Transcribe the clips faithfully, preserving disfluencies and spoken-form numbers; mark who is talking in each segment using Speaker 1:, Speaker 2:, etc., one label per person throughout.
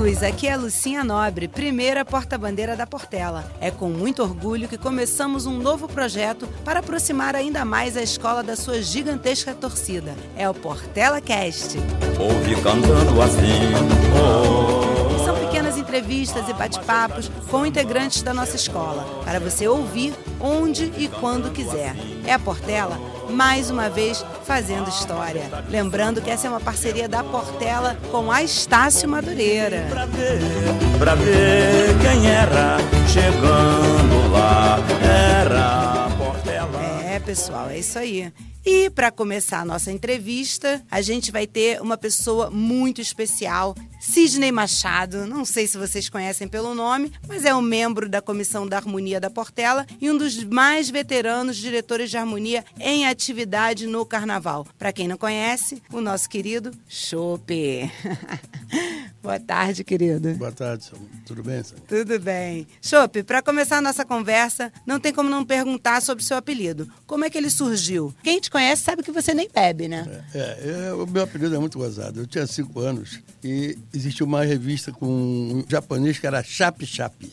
Speaker 1: Luz, aqui é a Lucinha Nobre, primeira porta-bandeira da Portela. É com muito orgulho que começamos um novo projeto para aproximar ainda mais a escola da sua gigantesca torcida. É o Portela Cast.
Speaker 2: Ouvi cantando assim, oh.
Speaker 1: São pequenas entrevistas e bate-papos com integrantes da nossa escola, para você ouvir onde e quando quiser. É a Portela, mais uma vez, fazendo história. Lembrando que essa é uma parceria da Portela com a Estácio Madureira.
Speaker 2: Pra ver, pra ver quem era chegando lá, era a Portela.
Speaker 1: É, pessoal, é isso aí. E para começar a nossa entrevista, a gente vai ter uma pessoa muito especial, Sidney Machado. Não sei se vocês conhecem pelo nome, mas é um membro da Comissão da Harmonia da Portela e um dos mais veteranos diretores de harmonia em atividade no Carnaval. Para quem não conhece, o nosso querido Chope. Boa tarde, querido.
Speaker 3: Boa tarde, Sam. Tudo bem, Sam?
Speaker 1: Tudo bem. Chope, para começar a nossa conversa, não tem como não perguntar sobre o seu apelido. Como é que ele surgiu? Quem te conhece sabe que você nem bebe, né?
Speaker 3: É, é, o meu apelido é muito gozado. Eu tinha cinco anos e existia uma revista com um japonês que era Chape Chape.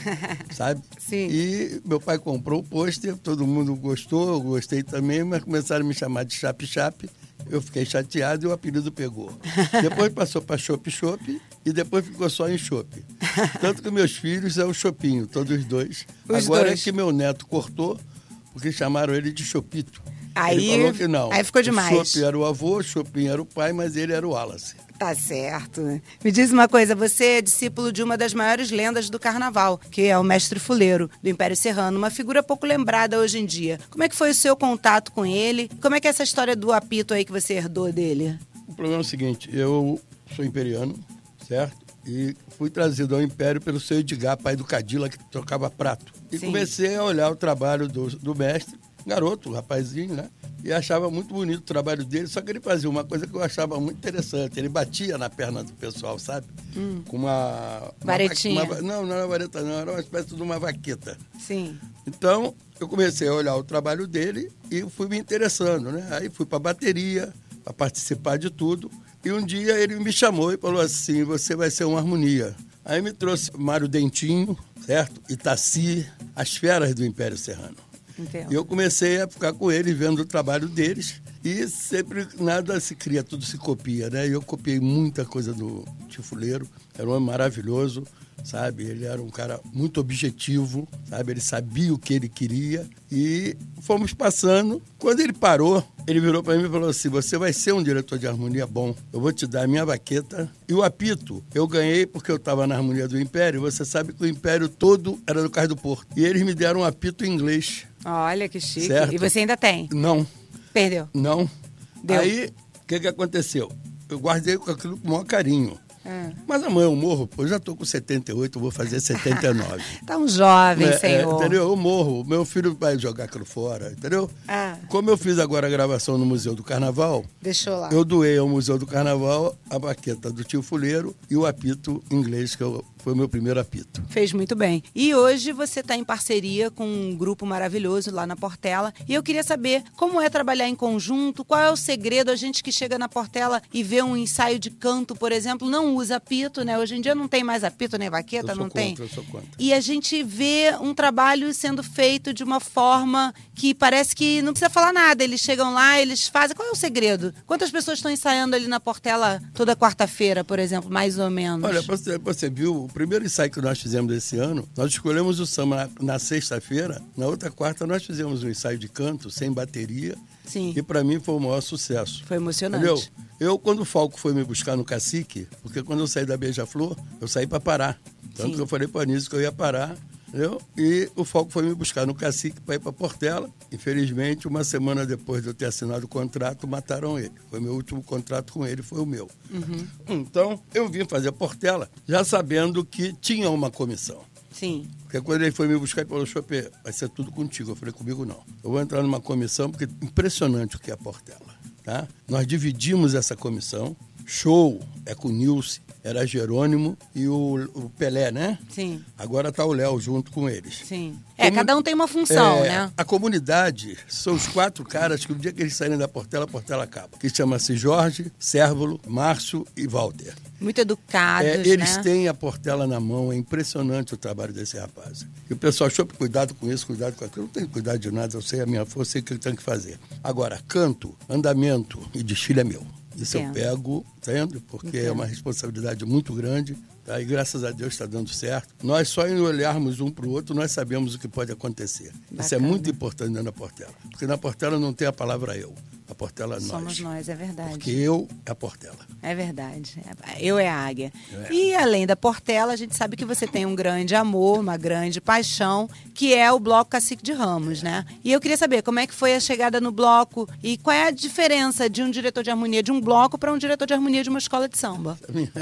Speaker 3: Sabe?
Speaker 1: Sim.
Speaker 3: E meu pai comprou o pôster, todo mundo gostou, eu gostei também, mas começaram a me chamar de Chape Chape. Eu fiquei chateado e o apelido pegou. Depois passou para Chope Chope e depois ficou só em Chope. Tanto que meus filhos é o Chopinho, todos os dois.
Speaker 1: Os
Speaker 3: Agora
Speaker 1: dois.
Speaker 3: é que meu neto cortou, porque chamaram ele de Chopito.
Speaker 1: Aí,
Speaker 3: ele falou que não.
Speaker 1: aí ficou demais.
Speaker 3: O Chope era o avô, o Chopinho era o pai, mas ele era o Wallace.
Speaker 1: Tá certo. Me diz uma coisa, você é discípulo de uma das maiores lendas do Carnaval, que é o Mestre Fuleiro, do Império Serrano, uma figura pouco lembrada hoje em dia. Como é que foi o seu contato com ele? Como é que é essa história do apito aí que você herdou dele?
Speaker 3: O problema é o seguinte, eu sou imperiano, certo? E fui trazido ao Império pelo seu Edgar, pai do Cadila, que trocava prato. E
Speaker 1: Sim.
Speaker 3: comecei a olhar o trabalho do, do mestre, garoto, rapazinho, né? E achava muito bonito o trabalho dele, só que ele fazia uma coisa que eu achava muito interessante. Ele batia na perna do pessoal, sabe? Hum. Com uma... uma
Speaker 1: Varetinha.
Speaker 3: Uma, não, não era vareta não, era uma espécie de uma vaqueta.
Speaker 1: Sim.
Speaker 3: Então, eu comecei a olhar o trabalho dele e fui me interessando, né? Aí fui para a bateria, para participar de tudo. E um dia ele me chamou e falou assim, você vai ser uma harmonia. Aí me trouxe Mário Dentinho, certo? Itaci, as feras do Império Serrano.
Speaker 1: Entendo.
Speaker 3: E eu comecei a ficar com eles, vendo o trabalho deles. E sempre nada se cria, tudo se copia, né? E eu copiei muita coisa do Tio Fuleiro. Era um homem maravilhoso, sabe? Ele era um cara muito objetivo, sabe? Ele sabia o que ele queria. E fomos passando. Quando ele parou, ele virou para mim e falou assim, você vai ser um diretor de harmonia bom. Eu vou te dar a minha baqueta. E o apito eu ganhei porque eu estava na harmonia do Império. Você sabe que o Império todo era do Cais do Porto. E eles me deram um apito em inglês.
Speaker 1: Olha que chique.
Speaker 3: Certo.
Speaker 1: E você ainda tem?
Speaker 3: Não.
Speaker 1: Perdeu?
Speaker 3: Não.
Speaker 1: Deu.
Speaker 3: Aí, o que que aconteceu? Eu guardei com aquilo com o maior carinho.
Speaker 1: É.
Speaker 3: Mas amanhã eu morro, pô, eu já tô com setenta e oito, vou fazer setenta e nove.
Speaker 1: Tá um jovem,
Speaker 3: É,
Speaker 1: senhor.
Speaker 3: é, entendeu? Eu morro, meu filho vai jogar aquilo fora, entendeu?
Speaker 1: Ah.
Speaker 3: Como eu fiz agora a gravação no Museu do Carnaval,
Speaker 1: Deixou lá.
Speaker 3: eu doei ao Museu do Carnaval a baqueta do Tio Fuleiro e o apito inglês, que eu, foi o meu primeiro apito.
Speaker 1: Fez muito bem. E hoje você está em parceria com um grupo maravilhoso lá na Portela. E eu queria saber como é trabalhar em conjunto, qual é o segredo? A gente que chega na Portela e vê um ensaio de canto, por exemplo, não usa apito, né? Hoje em dia não tem mais apito nem vaqueta,
Speaker 3: Eu sou
Speaker 1: não
Speaker 3: contra,
Speaker 1: tem?
Speaker 3: eu sou contra.
Speaker 1: E a gente vê um trabalho sendo feito de uma forma que parece que não precisa falar nada. Eles chegam lá, eles fazem. Qual é o segredo? Quantas pessoas estão ensaiando ali na Portela toda quarta-feira, por exemplo, mais ou menos?
Speaker 3: Olha, você, você viu, o primeiro ensaio que nós fizemos esse ano, nós escolhemos o samba na, na sexta-feira, na outra quarta nós fizemos um ensaio de canto, sem bateria,
Speaker 1: Sim.
Speaker 3: e para mim foi o maior sucesso.
Speaker 1: Foi emocionante.
Speaker 3: Entendeu? Eu, quando o Falco foi me buscar no Cacique, porque quando eu saí da Beija-Flor, eu saí para parar. Tanto
Speaker 1: Sim.
Speaker 3: que eu falei para a Anísio que eu ia parar, entendeu? E o Falco foi me buscar no Cacique para ir para Portela. Infelizmente, uma semana depois de eu ter assinado o contrato, mataram ele. Foi meu último contrato com ele, foi o meu.
Speaker 1: Uhum.
Speaker 3: Então, eu vim fazer Portela já sabendo que tinha uma comissão.
Speaker 1: Sim.
Speaker 3: Porque quando ele foi me buscar, ele falou, Chope, vai ser tudo contigo. Eu falei, comigo não. Eu vou entrar numa comissão, porque é impressionante o que é a Portela. Tá? Nós dividimos essa comissão. Show é com o Nilce, era Jerônimo e o, o Pelé, né?
Speaker 1: Sim.
Speaker 3: Agora tá o Léo junto com eles.
Speaker 1: Sim. É, Como, cada um tem uma função,
Speaker 3: é,
Speaker 1: né?
Speaker 3: A comunidade são os quatro caras que o dia que eles saírem da Portela, a Portela acaba. Que chama-se Jorge, Cérvulo, Márcio e Walter.
Speaker 1: Muito educados,
Speaker 3: é, Eles
Speaker 1: né?
Speaker 3: têm a Portela na mão, é impressionante o trabalho desse rapaz. E o pessoal achou, cuidado com isso, cuidado com aquilo. Eu não tenho cuidado de nada, eu sei a minha força, sei o que eu tenho que fazer. Agora, canto, andamento e desfile é meu. Isso Entendo. eu pego, entende? Porque Entendo. é uma responsabilidade muito grande. Tá? E graças a Deus está dando certo. Nós só em olharmos um para o outro, nós sabemos o que pode acontecer. Bacana. Isso é muito importante dentro da Portela. Porque na Portela não tem a palavra eu. A Portela é nós.
Speaker 1: Somos nós, é verdade.
Speaker 3: Porque eu é a Portela.
Speaker 1: É verdade. Eu é a águia. É. E além da Portela, a gente sabe que você tem um grande amor, uma grande paixão, que é o Bloco Cacique de Ramos, né? E eu queria saber como é que foi a chegada no bloco e qual é a diferença de um diretor de harmonia de um bloco para um diretor de harmonia de uma escola de samba.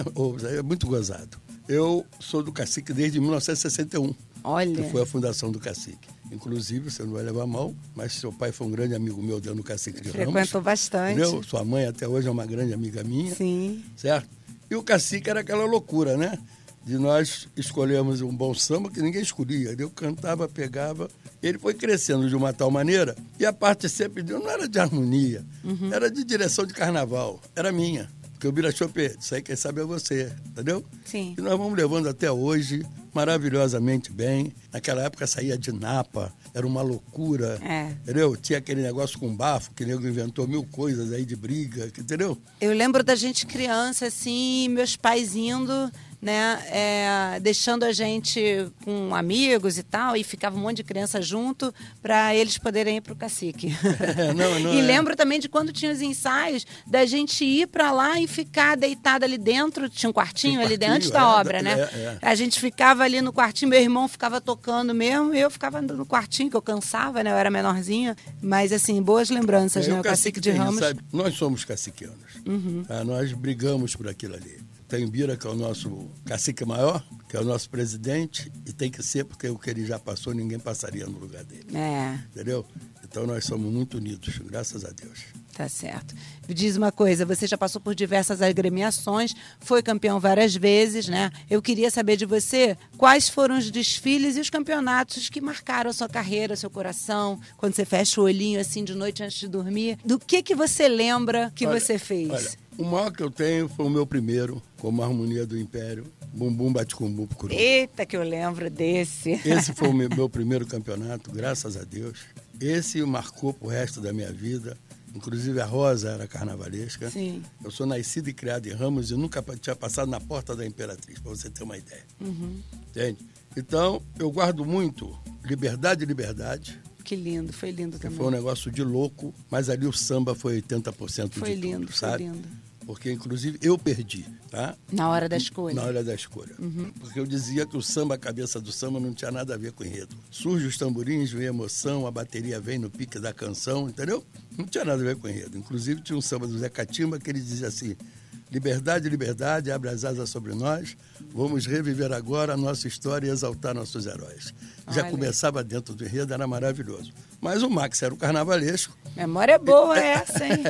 Speaker 3: É muito gozado. Eu sou do Cacique desde mil novecentos e sessenta e um.
Speaker 1: Olha.
Speaker 3: Que foi a fundação do Cacique. Inclusive, você não vai levar mal, mas seu pai foi um grande amigo meu dentro do Cacique de Ramos.
Speaker 1: Frequentou bastante.
Speaker 3: Entendeu? Sua mãe até hoje é uma grande amiga minha.
Speaker 1: Sim.
Speaker 3: Certo? E o Cacique era aquela loucura, né? De nós escolhermos um bom samba que ninguém escolhia. Eu cantava, pegava. Ele foi crescendo de uma tal maneira e a parte sempre dele não era de harmonia, uhum. era de direção de carnaval. Era minha. Porque o Bira Chopé, isso aí quem sabe é você, entendeu?
Speaker 1: Sim.
Speaker 3: E nós vamos levando até hoje, maravilhosamente bem. Naquela época saía de Napa, era uma loucura,
Speaker 1: é.
Speaker 3: entendeu? Tinha aquele negócio com bafo, que o nego inventou mil coisas aí de briga, entendeu?
Speaker 1: Eu lembro da gente criança, assim, meus pais indo, né, é, deixando a gente com amigos e tal, e ficava um monte de criança junto para eles poderem ir para o Cacique.
Speaker 3: É, não, não
Speaker 1: e
Speaker 3: é.
Speaker 1: lembro também de quando tinha os ensaios, da gente ir para lá e ficar deitada ali dentro, tinha um quartinho, um ali dentro, antes da é, obra, é, né? É, é. A gente ficava ali no quartinho, meu irmão ficava tocando mesmo, e eu ficava no quartinho, que eu cansava, né? Eu era menorzinha, mas assim, boas lembranças,
Speaker 3: é,
Speaker 1: né? O,
Speaker 3: o
Speaker 1: Cacique, Cacique
Speaker 3: de
Speaker 1: tem, Ramos.
Speaker 3: Sabe? Nós somos caciquianos,
Speaker 1: uhum.
Speaker 3: tá? Nós brigamos por aquilo ali. Tem o Bira, que é o nosso cacique maior, que é o nosso presidente, e tem que ser, porque o que ele já passou, ninguém passaria no lugar dele.
Speaker 1: É.
Speaker 3: Entendeu? Então nós somos muito unidos, graças a Deus.
Speaker 1: Tá certo. Me diz uma coisa, você já passou por diversas agremiações, foi campeão várias vezes, né? Eu queria saber de você quais foram os desfiles e os campeonatos que marcaram a sua carreira, seu coração, quando você fecha o olhinho assim de noite antes de dormir. Do que que você lembra que
Speaker 3: olha,
Speaker 1: você fez?
Speaker 3: Olha, o maior que eu tenho foi o meu primeiro, como Harmonia do Império, Bumbum Bate com Bumbo Curu.
Speaker 1: Eita, que eu lembro desse.
Speaker 3: Esse foi o meu, meu primeiro campeonato, graças a Deus. Esse marcou pro resto da minha vida. Inclusive a Rosa era carnavalesca.
Speaker 1: Sim.
Speaker 3: Eu sou nascido e criado em Ramos e nunca tinha passado na porta da Imperatriz, para você ter uma ideia.
Speaker 1: Uhum.
Speaker 3: Entende? Então, eu guardo muito Liberdade, Liberdade.
Speaker 1: Que lindo, foi lindo
Speaker 3: que
Speaker 1: também.
Speaker 3: Foi um negócio de louco, mas ali o samba foi oitenta por cento
Speaker 1: foi
Speaker 3: de
Speaker 1: lindo,
Speaker 3: tudo, sabe?
Speaker 1: Foi lindo.
Speaker 3: Porque, inclusive, eu perdi, tá?
Speaker 1: Na hora da escolha.
Speaker 3: Na hora da escolha.
Speaker 1: Uhum.
Speaker 3: Porque eu dizia que o samba, a cabeça do samba, não tinha nada a ver com o enredo. Surge os tamborins, vem a emoção, a bateria vem no pique da canção, entendeu? Não tinha nada a ver com o enredo. Inclusive, tinha um samba do Zé Catimba que ele dizia assim: liberdade, liberdade, abre as asas sobre nós, vamos reviver agora a nossa história e exaltar nossos heróis. Já Olha. Começava dentro do enredo, era maravilhoso. Mas o Max era o carnavalesco.
Speaker 1: Memória boa essa, hein?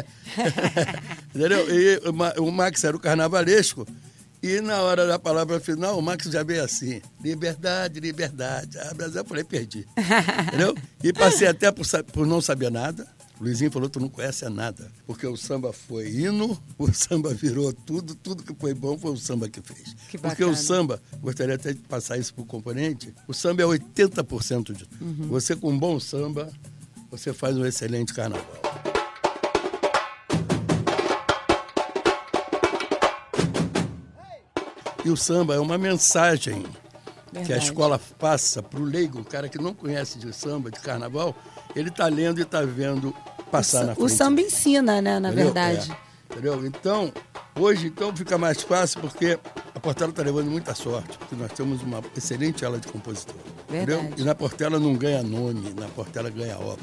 Speaker 3: Entendeu? E o Max era o carnavalesco. E na hora da palavra final, o Max já veio assim: liberdade, liberdade. Ah, Brasil, eu falei, perdi. Entendeu? E passei até por, por não saber nada. O Luizinho falou, tu não conhece nada. Porque o samba foi hino, o samba virou tudo, tudo que foi bom foi o samba que fez.
Speaker 1: Que
Speaker 3: porque o samba, gostaria até de passar isso para o componente, o samba é oitenta por cento de tudo. Uhum. Você com um bom samba, você faz um excelente carnaval. E o samba é uma mensagem Verdade. Que a escola passa para o leigo, o cara que não conhece de samba, de carnaval, ele está lendo e está vendo passar
Speaker 1: o,
Speaker 3: na frente.
Speaker 1: O samba ensina, né, na
Speaker 3: entendeu?
Speaker 1: verdade.
Speaker 3: É, entendeu? Então, hoje então fica mais fácil porque a Portela está levando muita sorte, porque nós temos uma excelente ala de compositor.
Speaker 1: Verdade.
Speaker 3: Entendeu? E na Portela não ganha nome, na Portela ganha obra.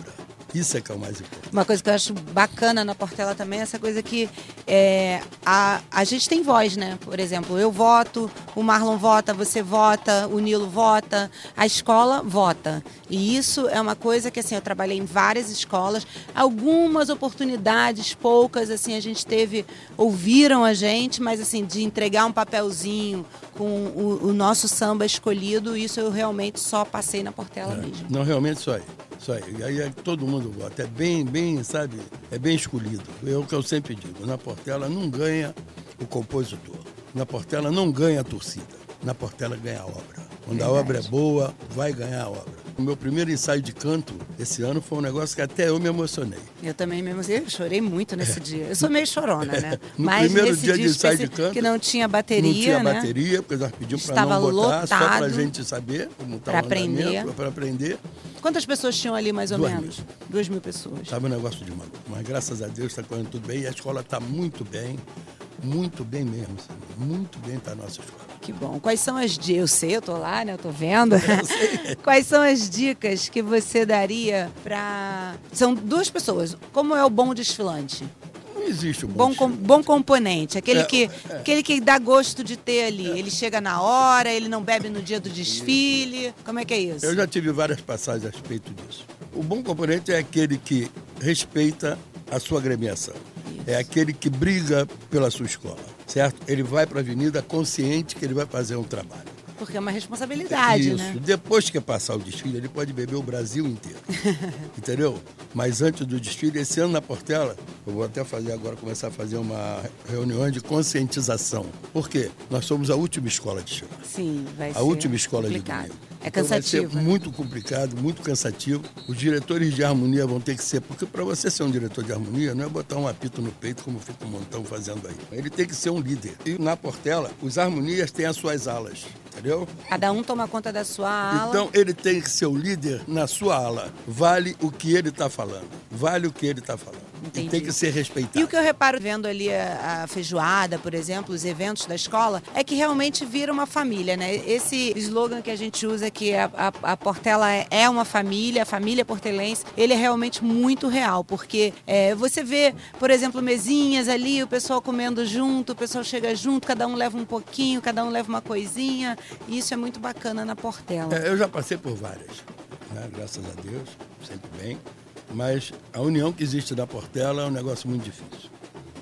Speaker 3: Isso é que é o mais importante.
Speaker 1: Uma coisa que eu acho bacana na Portela também é essa coisa que é, a, a gente tem voz, né? Por exemplo, eu voto, o Marlon vota, você vota, o Nilo vota, a escola vota. E isso é uma coisa que, assim, eu trabalhei em várias escolas, algumas oportunidades, poucas, assim, a gente teve, ouviram a gente, mas, assim, de entregar um papelzinho com o, o nosso samba escolhido, isso eu realmente só passei na Portela
Speaker 3: É,
Speaker 1: mesmo.
Speaker 3: não, realmente só aí. Só aí. E aí é, todo mundo vota. É bem, bem, sabe, é bem escolhido. É o que eu sempre digo. Na Portela não ganha o compositor. Na Portela não ganha a torcida. Na Portela ganha a obra. Quando
Speaker 1: Verdade.
Speaker 3: a obra é boa, vai ganhar a obra. O meu primeiro ensaio de canto esse ano foi um negócio que até eu me emocionei.
Speaker 1: Eu também mesmo, eu chorei muito nesse dia. Eu sou meio chorona, né?
Speaker 3: No
Speaker 1: Mas
Speaker 3: primeiro
Speaker 1: nesse
Speaker 3: dia de ensaio de
Speaker 1: específico,
Speaker 3: canto,
Speaker 1: que não tinha bateria,
Speaker 3: Não tinha
Speaker 1: né?
Speaker 3: bateria, porque nós pedimos para
Speaker 1: Estava
Speaker 3: não botar, só para a
Speaker 1: lotado.
Speaker 3: gente saber como estava
Speaker 1: Pra
Speaker 3: o
Speaker 1: aprender.
Speaker 3: andamento, para aprender.
Speaker 1: Quantas pessoas tinham ali, mais ou
Speaker 3: Duas
Speaker 1: menos?
Speaker 3: mil.
Speaker 1: Duas mil pessoas.
Speaker 3: Estava um negócio de maluco. Mas graças a Deus está correndo tudo bem e a escola está muito bem. Muito bem mesmo, sabe? Muito bem está a nossa escola.
Speaker 1: Que bom. Quais são as dicas? Eu sei, eu tô lá, né? Eu tô vendo. Quais são as dicas que você daria para... São duas pessoas. Como é o bom desfilante?
Speaker 3: Não existe um bom,
Speaker 1: Bom, com,
Speaker 3: desfile.
Speaker 1: bom componente. Aquele,
Speaker 3: É,
Speaker 1: que,
Speaker 3: é.
Speaker 1: aquele que dá gosto de ter ali. Ele chega na hora, ele não bebe no dia do desfile. Como é que é isso?
Speaker 3: Eu já tive várias passagens a respeito disso. O bom componente é aquele que respeita a sua agremiação. É aquele que briga pela sua escola, certo? Ele vai para a avenida consciente que ele vai fazer um trabalho.
Speaker 1: Porque é uma responsabilidade,
Speaker 3: Isso.
Speaker 1: né?
Speaker 3: Depois que passar o desfile, ele pode beber o Brasil inteiro. Entendeu? Mas antes do desfile, esse ano na Portela, eu vou até fazer agora, começar a fazer uma reunião de conscientização. Por quê? Nós somos a última escola de desfile.
Speaker 1: Sim, vai ser
Speaker 3: A última escola
Speaker 1: complicado.
Speaker 3: de domingo.
Speaker 1: É
Speaker 3: Então vai
Speaker 1: cansativo.
Speaker 3: ser
Speaker 1: né?
Speaker 3: muito complicado, muito cansativo. Os diretores de harmonia vão ter que ser, porque para você ser um diretor de harmonia, não é botar um apito no peito como fica um montão fazendo aí. Ele tem que ser um líder. E na Portela, os harmonias têm as suas alas, entendeu?
Speaker 1: Cada um toma conta da sua ala.
Speaker 3: Então ele tem que ser o líder na sua ala. Vale o que ele está falando. Vale o que ele está falando.
Speaker 1: Entendi.
Speaker 3: E tem que ser respeitado.
Speaker 1: E o que eu reparo vendo ali a, a feijoada, por exemplo, os eventos da escola, é que realmente vira uma família, né? Esse slogan que a gente usa que a, a, a Portela é, é uma família, a família portelense, ele é realmente muito real, porque é, você vê, por exemplo, mesinhas ali, o pessoal comendo junto, o pessoal chega junto, cada um leva um pouquinho, cada um leva uma coisinha, e isso é muito bacana na Portela.
Speaker 3: É, eu já passei por várias, né? Graças a Deus, sempre bem. Mas a união que existe na Portela é um negócio muito difícil.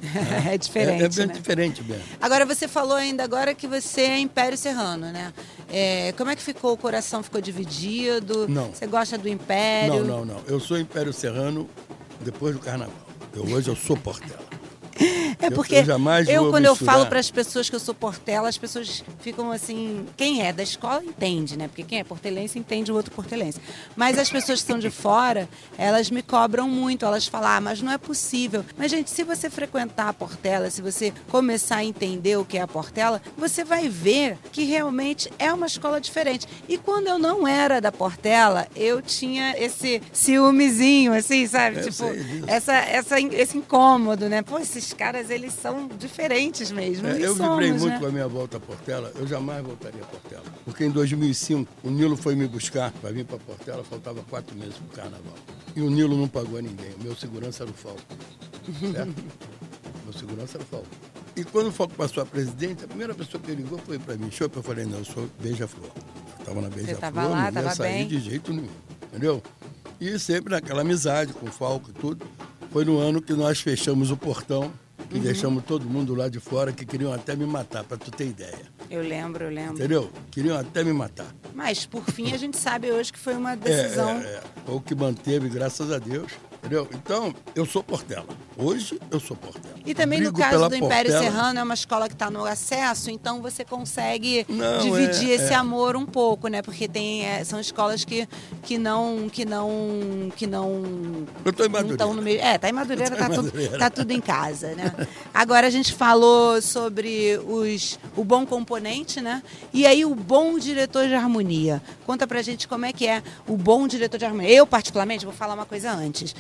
Speaker 1: É, é diferente,
Speaker 3: É, é bem
Speaker 1: né?
Speaker 3: diferente mesmo.
Speaker 1: Agora, você falou ainda agora que você é Império Serrano, né? É, como é que ficou? O coração ficou dividido?
Speaker 3: Não.
Speaker 1: Você gosta do Império?
Speaker 3: Não, não, não. Eu sou Império Serrano depois do Carnaval. Eu, hoje eu sou Portela.
Speaker 1: É
Speaker 3: Eu-
Speaker 1: porque
Speaker 3: eu jamais
Speaker 1: eu,
Speaker 3: vou
Speaker 1: quando eu
Speaker 3: misturar.
Speaker 1: falo para as pessoas que eu sou Portela, as pessoas ficam assim... Quem é da escola entende, né? Porque quem é portelense entende o outro portelense. Mas as pessoas que são de fora, elas me cobram muito. Elas falam, ah, mas não é possível. Mas, gente, se você frequentar a Portela, se você começar a entender o que é a Portela, você vai ver que realmente é uma escola diferente. E quando eu não era da Portela, eu tinha esse ciúmezinho, assim, sabe?
Speaker 3: Eu
Speaker 1: tipo,
Speaker 3: sei disso.
Speaker 1: essa, essa, esse incômodo, né? Pô, esses caras, eles são diferentes mesmo.
Speaker 3: É,
Speaker 1: e
Speaker 3: eu
Speaker 1: somos,
Speaker 3: vibrei muito
Speaker 1: né?
Speaker 3: com a minha volta a Portela. Eu jamais voltaria a Portela. Porque em dois mil e cinco, o Nilo foi me buscar para vir para Portela, faltava quatro meses para o Carnaval. E o Nilo não pagou a ninguém. O meu segurança era o Falco. Certo? Meu segurança era o Falco. E quando o Falco passou a presidente, a primeira pessoa que ele ligou foi para mim. Chopp, eu falei, não, eu sou Beija-Flor. Eu estava na Beija-Flor,
Speaker 1: tava lá,
Speaker 3: não ia
Speaker 1: tava
Speaker 3: sair
Speaker 1: bem.
Speaker 3: de jeito nenhum. Entendeu? E sempre naquela amizade com o Falco e tudo. Foi no ano que nós fechamos o portão, que
Speaker 1: Uhum.
Speaker 3: deixamos todo mundo lá de fora, que queriam até me matar, para tu ter ideia.
Speaker 1: Eu lembro, eu lembro.
Speaker 3: Entendeu? Queriam até me matar.
Speaker 1: Mas, por fim, a gente sabe hoje que foi uma
Speaker 3: É,
Speaker 1: decisão...
Speaker 3: é, é. Foi o que manteve, graças a Deus. Entendeu? Então, eu sou Portela. Hoje, eu sou Portela.
Speaker 1: E também
Speaker 3: Brigo
Speaker 1: no caso
Speaker 3: pela
Speaker 1: do Império
Speaker 3: Portela.
Speaker 1: Serrano, é uma escola que está no acesso, então você consegue
Speaker 3: Não,
Speaker 1: dividir
Speaker 3: é-
Speaker 1: esse
Speaker 3: é.
Speaker 1: amor um pouco, né? Porque tem, é, são escolas que, que não... Que não, que não
Speaker 3: Eu estou em
Speaker 1: não
Speaker 3: Madureira.
Speaker 1: tão no meio. É, tá em Madureira,
Speaker 3: Eu tô
Speaker 1: tá,
Speaker 3: em
Speaker 1: tudo,
Speaker 3: Madureira.
Speaker 1: tá tudo em casa, né? Agora a gente falou sobre os, o bom componente, né? E aí o bom diretor de harmonia. Conta pra gente como é que é o bom diretor de harmonia. Eu, particularmente, vou falar uma coisa antes.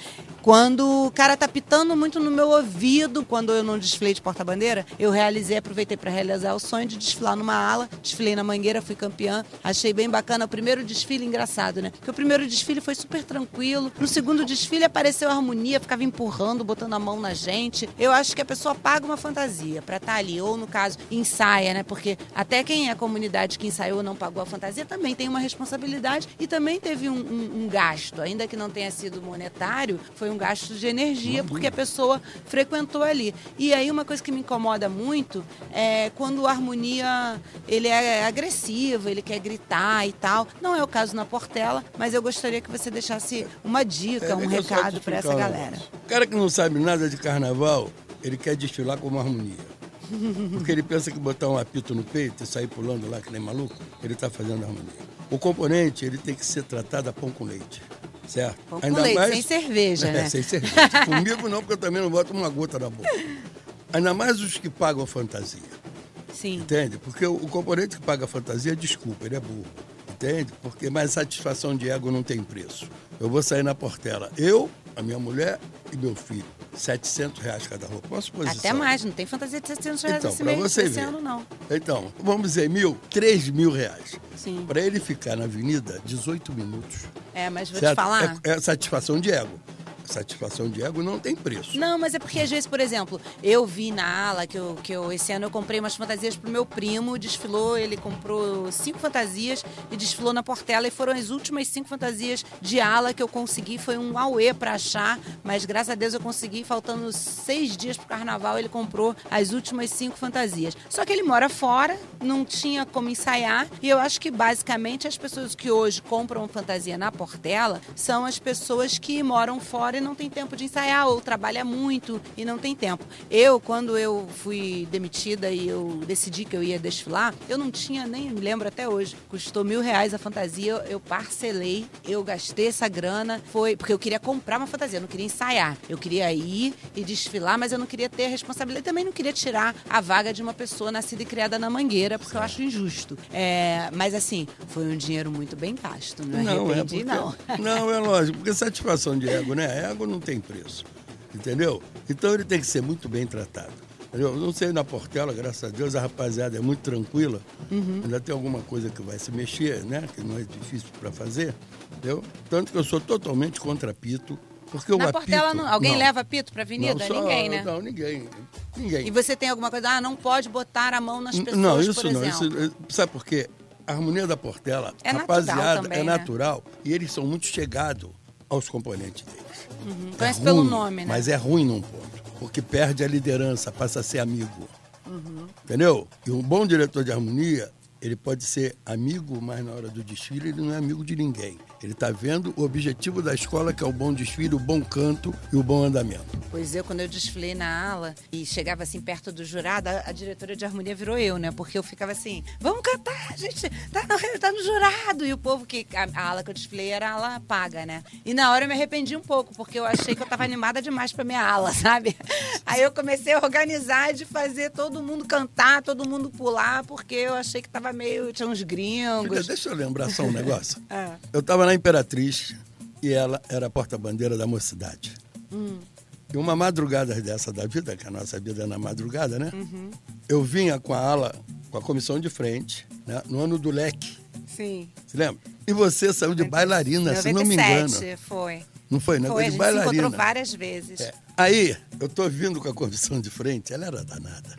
Speaker 1: Quando o cara tá pitando muito no meu ouvido, quando eu não desfilei de porta-bandeira, eu realizei, aproveitei para realizar o sonho de desfilar numa ala, desfilei na Mangueira, fui campeã, achei bem bacana. O primeiro desfile, engraçado, né? Porque o primeiro desfile foi super tranquilo, no segundo desfile apareceu a harmonia, ficava empurrando, botando a mão na gente. Eu acho que a pessoa paga uma fantasia para estar ali, ou no caso, ensaia, né? Porque até quem é a comunidade que ensaiou não pagou a fantasia também tem uma responsabilidade e também teve um, um, um gasto, ainda que não tenha sido monetário, foi um gasto de energia, porque a pessoa frequentou ali. E aí uma coisa que me incomoda muito é quando a harmonia, ele é agressivo, ele quer gritar e tal. Não é o caso na Portela, mas eu gostaria que você deixasse uma dica,
Speaker 3: É,
Speaker 1: um
Speaker 3: deixa eu só
Speaker 1: recado
Speaker 3: te
Speaker 1: para essa
Speaker 3: explicar um
Speaker 1: galera.
Speaker 3: negócio. O cara que não sabe nada de carnaval, ele quer desfilar como harmonia. Porque ele pensa que botar um apito no peito e sair pulando lá que nem maluco, ele está fazendo harmonia. O componente, ele tem que ser tratado a pão com leite, certo?
Speaker 1: Pão com leite, sem cerveja,
Speaker 3: é,
Speaker 1: né?
Speaker 3: Sem cerveja. Comigo não, porque eu também não boto uma gota na boca. Ainda mais os que pagam a fantasia.
Speaker 1: Sim.
Speaker 3: Entende? Porque o, o componente que paga a fantasia, desculpa, ele é burro. Entende? Porque mais satisfação de ego não tem preço. Eu vou sair na Portela. Eu, a minha mulher e meu filho. setecentos reais cada roupa. Posso posição?
Speaker 1: Até mais, não tem fantasia de setecentos reais
Speaker 3: Então,
Speaker 1: esse,
Speaker 3: pra
Speaker 1: mês,
Speaker 3: você
Speaker 1: esse
Speaker 3: ver.
Speaker 1: ano, não.
Speaker 3: Então, vamos dizer mil, três mil reais.
Speaker 1: Sim.
Speaker 3: Para ele ficar na avenida, dezoito minutos.
Speaker 1: É, mas vou
Speaker 3: Certo?
Speaker 1: te falar...
Speaker 3: É, é satisfação de ego. Satisfação de ego não tem preço.
Speaker 1: Não, mas é porque às vezes, por exemplo, eu vi na ala que eu, que eu esse ano eu comprei umas fantasias pro meu primo, desfilou, ele comprou cinco fantasias e desfilou na Portela e foram as últimas cinco fantasias de ala que eu consegui, foi um auê pra achar, mas graças a Deus eu consegui, faltando seis dias pro carnaval, ele comprou as últimas cinco fantasias. Só que ele mora fora, não tinha como ensaiar e eu acho que basicamente as pessoas que hoje compram fantasia na Portela são as pessoas que moram fora e não tem tempo de ensaiar, ou trabalha muito e não tem tempo. Eu, quando eu fui demitida e eu decidi que eu ia desfilar, eu não tinha, nem me lembro até hoje, custou mil reais a fantasia, eu parcelei, eu gastei essa grana, foi porque eu queria comprar uma fantasia, eu não queria ensaiar, eu queria ir e desfilar, mas eu não queria ter a responsabilidade, também não queria tirar a vaga de uma pessoa nascida e criada na Mangueira, porque eu acho injusto. É, mas assim, foi um dinheiro muito bem gasto, não,
Speaker 3: Não, é
Speaker 1: arrependi,
Speaker 3: porque,
Speaker 1: não.
Speaker 3: não, é lógico, porque satisfação de ego, né? Ego não tem preço, entendeu? Então ele tem que ser muito bem tratado. Eu não sei, na Portela, graças a Deus, a rapaziada é muito tranquila. Uhum. Ainda tem alguma coisa que vai se mexer, né? Que não é difícil para fazer, entendeu? Tanto que eu sou totalmente contra apito. Porque o
Speaker 1: Na
Speaker 3: apito,
Speaker 1: Portela, não, alguém
Speaker 3: não,
Speaker 1: leva apito pra avenida?
Speaker 3: Não, só,
Speaker 1: ninguém, né?
Speaker 3: Não, ninguém. Ninguém.
Speaker 1: E você tem alguma coisa, ah, não pode botar a mão nas pessoas,
Speaker 3: não, isso
Speaker 1: por
Speaker 3: não,
Speaker 1: exemplo?
Speaker 3: isso, sabe por quê? A harmonia da Portela,
Speaker 1: é
Speaker 3: rapaziada,
Speaker 1: natural também,
Speaker 3: é
Speaker 1: né?
Speaker 3: natural e eles são muito chegados aos componentes deles.
Speaker 1: Uhum.
Speaker 3: É
Speaker 1: Conhece
Speaker 3: ruim,
Speaker 1: pelo nome, né?
Speaker 3: Mas é ruim num ponto, porque perde a liderança, passa a ser amigo. Uhum. Entendeu? E um bom diretor de harmonia, ele pode ser amigo, mas na hora do desfile ele não é amigo de ninguém. Ele está vendo o objetivo da escola, que é o bom desfile, o bom canto e o bom andamento.
Speaker 1: Pois eu, quando eu desfilei na ala e chegava assim perto do jurado, a, a diretora de harmonia virou eu, né? Porque eu ficava assim, vamos cantar, a gente tá no, tá no jurado. E o povo que, a, a ala que eu desfilei era a ala paga, né? E na hora eu me arrependi um pouco, porque eu achei que eu tava animada demais pra minha ala, sabe? Aí eu comecei a organizar de fazer todo mundo cantar, todo mundo pular, porque eu achei que tava meio, tinha uns gringos.
Speaker 3: Filha, deixa eu lembrar só um negócio.
Speaker 1: É.
Speaker 3: Eu tava na Imperatriz e ela era a porta-bandeira da mocidade. Hum. E uma madrugada dessa da vida, que a nossa vida é na madrugada, né? Uhum. Eu vinha com a ala, com a comissão de frente, né? No ano do leque.
Speaker 1: Sim.
Speaker 3: Você lembra? E você saiu de bailarina, se não me engano.
Speaker 1: Foi.
Speaker 3: Não foi, né?
Speaker 1: Foi,
Speaker 3: de
Speaker 1: a gente
Speaker 3: bailarina.
Speaker 1: se encontrou várias vezes.
Speaker 3: É. Aí, eu tô vindo com a comissão de frente, ela era danada.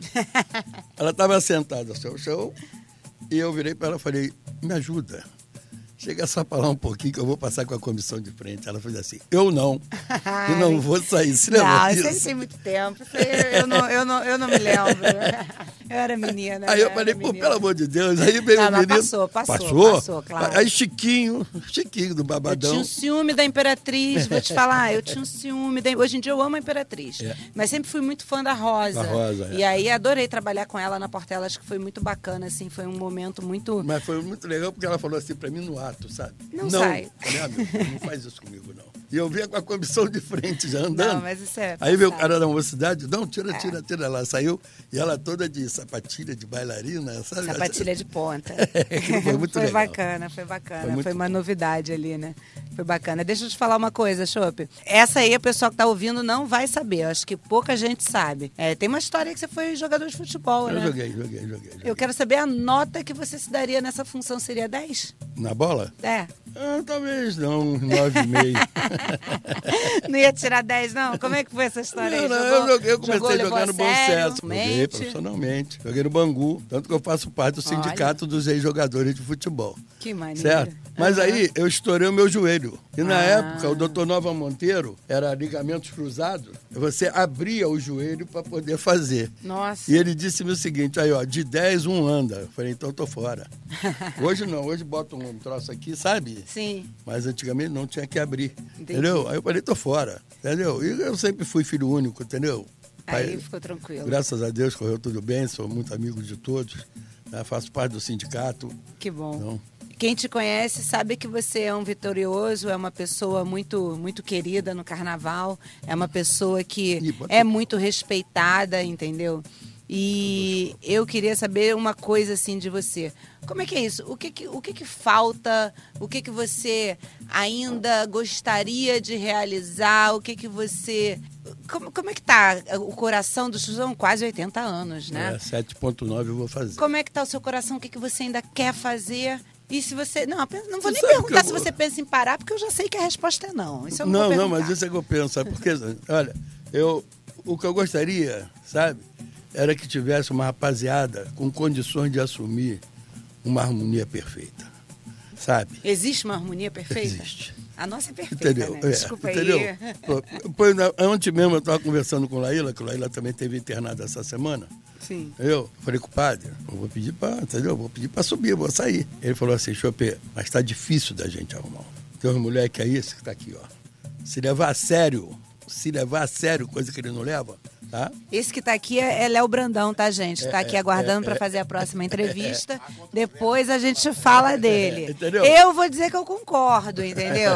Speaker 3: Ela estava sentada ao chão e eu virei para ela e falei, me ajuda. Chega só para lá um pouquinho que eu vou passar com a comissão de frente. Ela fez assim, eu não, eu não vou sair. Se
Speaker 1: não, isso aí tem muito tempo. Isso aí eu, não, eu, não, eu não me lembro. Eu era menina.
Speaker 3: Aí eu,
Speaker 1: eu
Speaker 3: falei, pô,
Speaker 1: menina.
Speaker 3: pelo amor de Deus. Aí veio
Speaker 1: não,
Speaker 3: o menino.
Speaker 1: Passou, passou,
Speaker 3: passou.
Speaker 1: Passou, claro.
Speaker 3: Aí Chiquinho, Chiquinho do Babadão.
Speaker 1: Eu tinha um ciúme da Imperatriz, vou te falar. Eu tinha um ciúme. Da... Hoje em dia eu amo a Imperatriz. É. Mas sempre fui muito fã da Rosa.
Speaker 3: Da Rosa, é.
Speaker 1: E aí adorei trabalhar com ela na Portela. Acho que foi muito bacana, assim. Foi um momento muito...
Speaker 3: Mas foi muito legal porque ela falou assim pra mim no ato, sabe?
Speaker 1: Não, não sai.
Speaker 3: Falei, ah, meu filho, não faz isso comigo, não. E eu vinha com a comissão de frente já andando.
Speaker 1: Não, mas isso é
Speaker 3: Aí veio o
Speaker 1: passado.
Speaker 3: cara da mocidade, não, tira,
Speaker 1: É.
Speaker 3: tira, tira. Ela saiu e ela toda de sapatilha, de bailarina, sabe?
Speaker 1: Sapatilha de ponta.
Speaker 3: Aquilo foi muito
Speaker 1: foi
Speaker 3: legal.
Speaker 1: bacana, foi bacana.
Speaker 3: Foi
Speaker 1: Foi,
Speaker 3: muito
Speaker 1: uma
Speaker 3: bom.
Speaker 1: novidade ali, né? Foi bacana. Deixa eu te falar uma coisa, Chopp. Essa aí, o pessoal que tá ouvindo não vai saber. Eu acho que pouca gente sabe. É, tem uma história que você foi jogador de futebol,
Speaker 3: Eu
Speaker 1: né?
Speaker 3: joguei, joguei, joguei. joguei.
Speaker 1: Eu quero saber a nota que você se daria nessa função. Seria dez?
Speaker 3: Na bola?
Speaker 1: É.
Speaker 3: Ah, talvez não, uns nove e meio.
Speaker 1: Não ia tirar dez, não? Como é que foi essa história aí?
Speaker 3: Não, não,
Speaker 1: Jogou-
Speaker 3: eu, joguei, eu comecei
Speaker 1: jogou,
Speaker 3: a
Speaker 1: levou
Speaker 3: jogar
Speaker 1: a
Speaker 3: no Bom
Speaker 1: sério,
Speaker 3: Sucesso. Joguei
Speaker 1: mente?
Speaker 3: profissionalmente. Joguei no Bangu, tanto que eu faço parte do sindicato dos ex-jogadores de futebol.
Speaker 1: Que maneiro.
Speaker 3: Certo? Mas
Speaker 1: Aham.
Speaker 3: aí eu estourei o meu joelho. E na
Speaker 1: Ah.
Speaker 3: época, o doutor Nova Monteiro era ligamentos cruzados. Você abria o joelho para poder fazer.
Speaker 1: Nossa.
Speaker 3: E ele disse-me o seguinte, aí ó, de dez, um anda. Eu falei, então eu tô fora. Hoje não, hoje bota um troço aqui, sabe?
Speaker 1: Sim.
Speaker 3: Mas antigamente não tinha que abrir,
Speaker 1: Entendi.
Speaker 3: entendeu? Aí eu falei, tô fora, entendeu? E eu sempre fui filho único, entendeu?
Speaker 1: Aí
Speaker 3: Pai-
Speaker 1: ficou tranquilo.
Speaker 3: Graças a Deus correu tudo bem, sou muito amigo de todos, né? Faço parte do sindicato.
Speaker 1: Que bom.
Speaker 3: Então,
Speaker 1: Quem te conhece sabe que você é um vitorioso, é uma pessoa muito, muito querida no carnaval, é uma pessoa que
Speaker 3: Ih, bota-
Speaker 1: é muito respeitada, entendeu? E eu queria saber uma coisa assim de você. Como é que é isso? O que que, o que, que falta? O que que você ainda gostaria de realizar? O que que você... Como, como é que tá o coração do... São quase oitenta anos, né?
Speaker 3: é, sete ponto nove eu vou fazer.
Speaker 1: Como é que tá o seu coração? O que, que você ainda quer fazer? E se você... Não, não vou
Speaker 3: Você
Speaker 1: nem
Speaker 3: sabe
Speaker 1: perguntar
Speaker 3: que
Speaker 1: se
Speaker 3: eu-
Speaker 1: você pensa em parar, porque eu já sei que a resposta é não. Isso eu não,
Speaker 3: Não,
Speaker 1: vou
Speaker 3: não,
Speaker 1: perguntar.
Speaker 3: mas isso é que eu penso, sabe? Porque, olha, eu, o que eu gostaria, sabe, era que tivesse uma rapaziada com condições de assumir uma harmonia perfeita, sabe?
Speaker 1: Existe uma harmonia perfeita?
Speaker 3: Existe.
Speaker 1: A nossa é perfeita,
Speaker 3: Entendeu?
Speaker 1: né?
Speaker 3: É,
Speaker 1: Desculpa
Speaker 3: entendeu?
Speaker 1: aí.
Speaker 3: Pô, Pois, na- ontem mesmo eu estava conversando com Laíla, que Laíla também teve internada essa semana.
Speaker 1: Sim.
Speaker 3: Eu falei com o padre, eu vou pedir para, entendeu? Vou pedir para subir, eu vou sair. Ele falou assim, Chopé, mas está difícil da gente arrumar. Tem uns moleques aí, esse que está aqui, ó. Se levar a sério, se levar a sério, coisa que ele não leva, tá?
Speaker 1: Esse que tá aqui é, é Léo Brandão, tá, gente? Tá aqui
Speaker 3: é,
Speaker 1: aguardando
Speaker 3: é,
Speaker 1: para
Speaker 3: é.
Speaker 1: fazer a próxima entrevista. Depois a gente fala dele.
Speaker 3: Entendeu?
Speaker 1: Eu vou dizer que eu concordo, entendeu?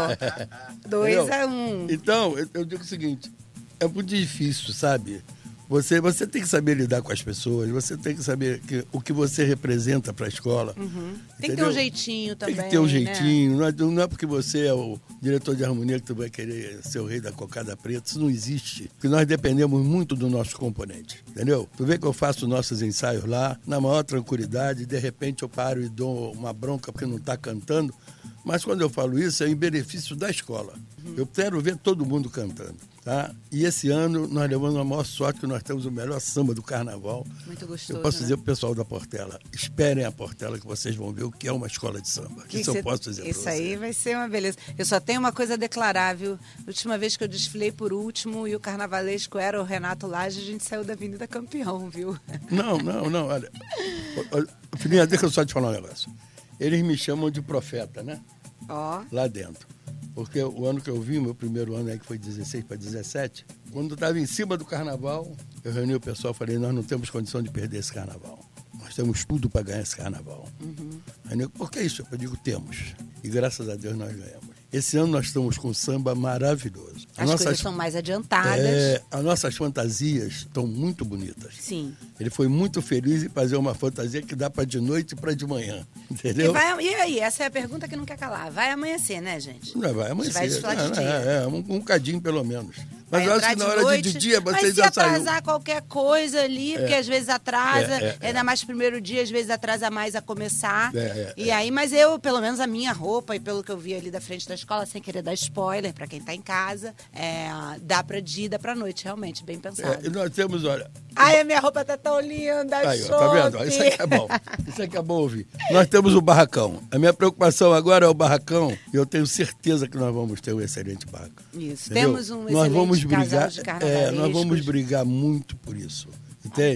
Speaker 1: Dois
Speaker 3: Entendeu?
Speaker 1: a um.
Speaker 3: Então, eu, eu digo o seguinte, é muito difícil, sabe? Você, você tem que saber lidar com as pessoas, você tem que saber que, o que você representa para a escola.
Speaker 1: Uhum. Tem que ter
Speaker 3: entendeu?
Speaker 1: um jeitinho também.
Speaker 3: Tem que ter um
Speaker 1: né?
Speaker 3: jeitinho, não, é, não é porque você é o diretor de harmonia que tu vai querer ser o rei da cocada preta, isso não existe. Porque nós dependemos muito do nosso componente, entendeu? Tu vê que eu faço nossos ensaios lá, na maior tranquilidade, de repente eu paro e dou uma bronca porque não está cantando, mas quando eu falo isso é em benefício da escola.
Speaker 1: Uhum.
Speaker 3: Eu quero ver todo mundo cantando, tá? E esse ano nós levamos a maior sorte que nós temos o melhor samba do carnaval.
Speaker 1: Muito gostoso,
Speaker 3: Eu posso
Speaker 1: né?
Speaker 3: dizer pro pessoal da Portela, esperem a Portela que vocês vão ver o que é uma escola de samba.
Speaker 1: Que
Speaker 3: Isso
Speaker 1: cê-
Speaker 3: eu posso dizer
Speaker 1: Isso
Speaker 3: pra
Speaker 1: aí
Speaker 3: vocês.
Speaker 1: vai ser uma beleza. Eu só tenho uma coisa a declarar, viu? Última vez que eu desfilei por último e o carnavalesco era o Renato Lage, a gente saiu da Avenida Campeão, viu?
Speaker 3: Não, não, não, olha. Ô, ô, Filhinha, deixa eu só te falar um negócio. Eles me chamam de profeta, né?
Speaker 1: Ó,
Speaker 3: Lá dentro. Porque o ano que eu vim, meu primeiro ano aí, que foi dezesseis para dezessete, quando eu estava em cima do carnaval, eu reuni o pessoal e falei, nós não temos condição de perder esse carnaval. Nós temos tudo para ganhar esse carnaval.
Speaker 1: Uhum.
Speaker 3: Aí, nego, por que isso? Eu digo, temos. E graças a Deus nós ganhamos. Esse ano nós estamos com um samba maravilhoso.
Speaker 1: as coisas estão mais adiantadas.
Speaker 3: é, as nossas fantasias estão muito bonitas.
Speaker 1: Sim.
Speaker 3: Ele foi muito feliz em fazer uma fantasia que dá para de noite e para de manhã.
Speaker 1: E,
Speaker 3: Entendeu?
Speaker 1: vai- e aí, essa é a pergunta que não quer calar. Vai amanhecer, né, gente?
Speaker 3: Não, vai amanhecer.
Speaker 1: Vai desfilar de
Speaker 3: Não,
Speaker 1: dia.
Speaker 3: É, é, um, um cadinho pelo menos. Mas
Speaker 1: Vai
Speaker 3: eu acho
Speaker 1: entrar
Speaker 3: que na
Speaker 1: de
Speaker 3: hora
Speaker 1: noite,
Speaker 3: de, de dia
Speaker 1: mas
Speaker 3: vocês
Speaker 1: se
Speaker 3: já saiu.
Speaker 1: atrasar qualquer coisa ali, porque às vezes atrasa,
Speaker 3: É, é, é.
Speaker 1: ainda mais no primeiro dia, às vezes atrasa mais a começar.
Speaker 3: É, é,
Speaker 1: e aí, mas eu, pelo menos a minha roupa, e pelo que eu vi ali da frente da escola, sem querer dar spoiler pra quem tá em casa, é, dá pra dia e dá pra noite, realmente, bem pensado.
Speaker 3: É, e nós temos, olha.
Speaker 1: Ai, a minha roupa tá tão linda,
Speaker 3: Aí, ó, tá vendo?
Speaker 1: Chope.
Speaker 3: Isso aqui é bom. Isso aqui é bom ouvir. Nós temos o barracão. A minha preocupação agora é o barracão. E eu tenho certeza que nós vamos ter um excelente barracão.
Speaker 1: Isso,
Speaker 3: Entendeu?
Speaker 1: temos um
Speaker 3: nós
Speaker 1: excelente
Speaker 3: vamos
Speaker 1: casal
Speaker 3: brigar,
Speaker 1: de
Speaker 3: é,
Speaker 1: carnavalescos.
Speaker 3: nós vamos brigar muito por isso. Entende?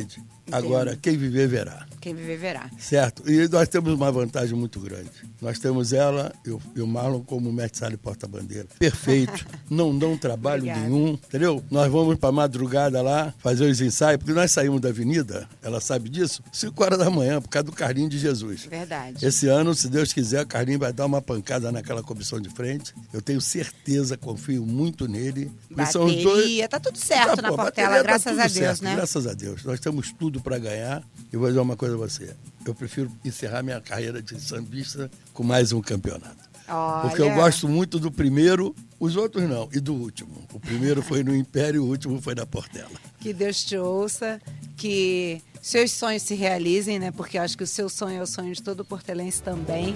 Speaker 3: Agora, quem viver, verá.
Speaker 1: Quem viver, verá.
Speaker 3: Certo. E nós temos uma vantagem muito grande. Nós temos ela e o, e o Marlon como mestre sala e porta-bandeira. Perfeito. Não dão trabalho
Speaker 1: Obrigada.
Speaker 3: nenhum, entendeu? Nós vamos pra madrugada lá, fazer os ensaios, porque nós saímos da avenida, ela sabe disso, cinco horas da manhã, por causa do Carlinho de Jesus.
Speaker 1: Verdade.
Speaker 3: Esse ano, se Deus quiser, o Carlinho vai dar uma pancada naquela comissão de frente. Eu tenho certeza, confio muito nele.
Speaker 1: Bateria, dois... tá tudo certo tá, na pô, Portela, graças tá a Deus,
Speaker 3: certo,
Speaker 1: né?
Speaker 3: Graças a Deus. Nós temos tudo para ganhar. E vou dizer uma coisa a você. Eu prefiro encerrar minha carreira de sambista com mais um campeonato.
Speaker 1: Olha.
Speaker 3: Porque eu gosto muito do primeiro, os outros não, e do último. O primeiro foi no Império, o último foi na Portela.
Speaker 1: Que Deus te ouça, que seus sonhos se realizem, né? Porque eu acho que o seu sonho é o sonho de todo portelense também.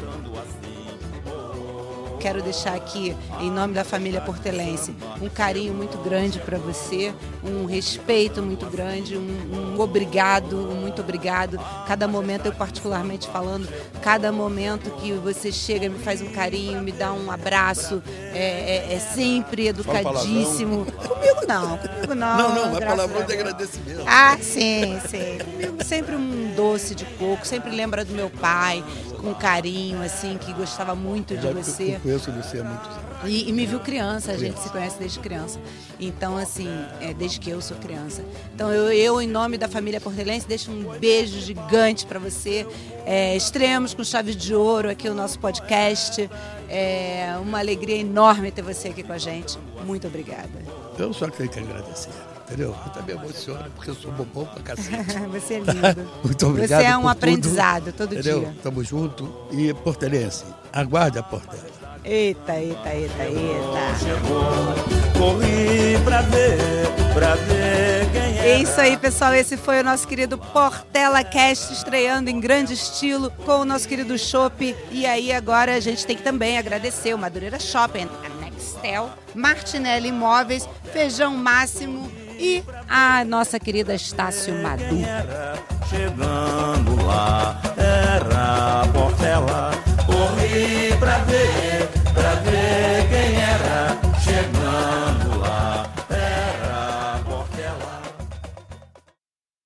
Speaker 1: Quero deixar aqui, em nome da família portelense, um carinho muito grande para você, um respeito muito grande, um, um obrigado, um muito obrigado. Cada momento, eu particularmente falando, cada momento que você chega, me faz um carinho, me dá um abraço, é, é, é sempre educadíssimo. Comigo não, comigo não.
Speaker 3: Não, não, é palavrão de agradecimento.
Speaker 1: Ah, sim, sim. Comigo sempre um doce de coco, sempre lembra do meu pai, com carinho, assim, que gostava muito de você.
Speaker 3: Eu conheço você há muitos anos.
Speaker 1: E, e me viu criança, a gente se conhece desde criança. Então, assim, é, desde que eu sou criança. Então, eu, eu, em nome da família portelense, deixo um beijo gigante para você. É, estreamos com chave de ouro aqui o nosso podcast. É uma alegria enorme ter você aqui com a gente. Muito obrigada.
Speaker 3: Eu só tenho que agradecer. Entendeu? Eu também emociono porque eu sou bobão pra cacete.
Speaker 1: Você é lindo.
Speaker 3: Muito obrigado.
Speaker 1: Você é um
Speaker 3: por
Speaker 1: aprendizado
Speaker 3: tudo,
Speaker 1: todo
Speaker 3: entendeu?
Speaker 1: dia.
Speaker 3: Tamo junto. E portelense, aguarde a Portela.
Speaker 1: Eita, eita, eita, eita.
Speaker 2: Chegou, corri pra ver, pra ver quem é.
Speaker 1: É isso aí, pessoal. Esse foi o nosso querido Portela Cast, estreando em grande estilo com o nosso querido Chopp. E aí, agora a gente tem que também agradecer o Madureira Shopping, a Nextel, Martinelli Imóveis, Feijão Máximo e a nossa querida Estácio Madu.
Speaker 2: Chegando lá, era a Portela, corri pra ver, pra ver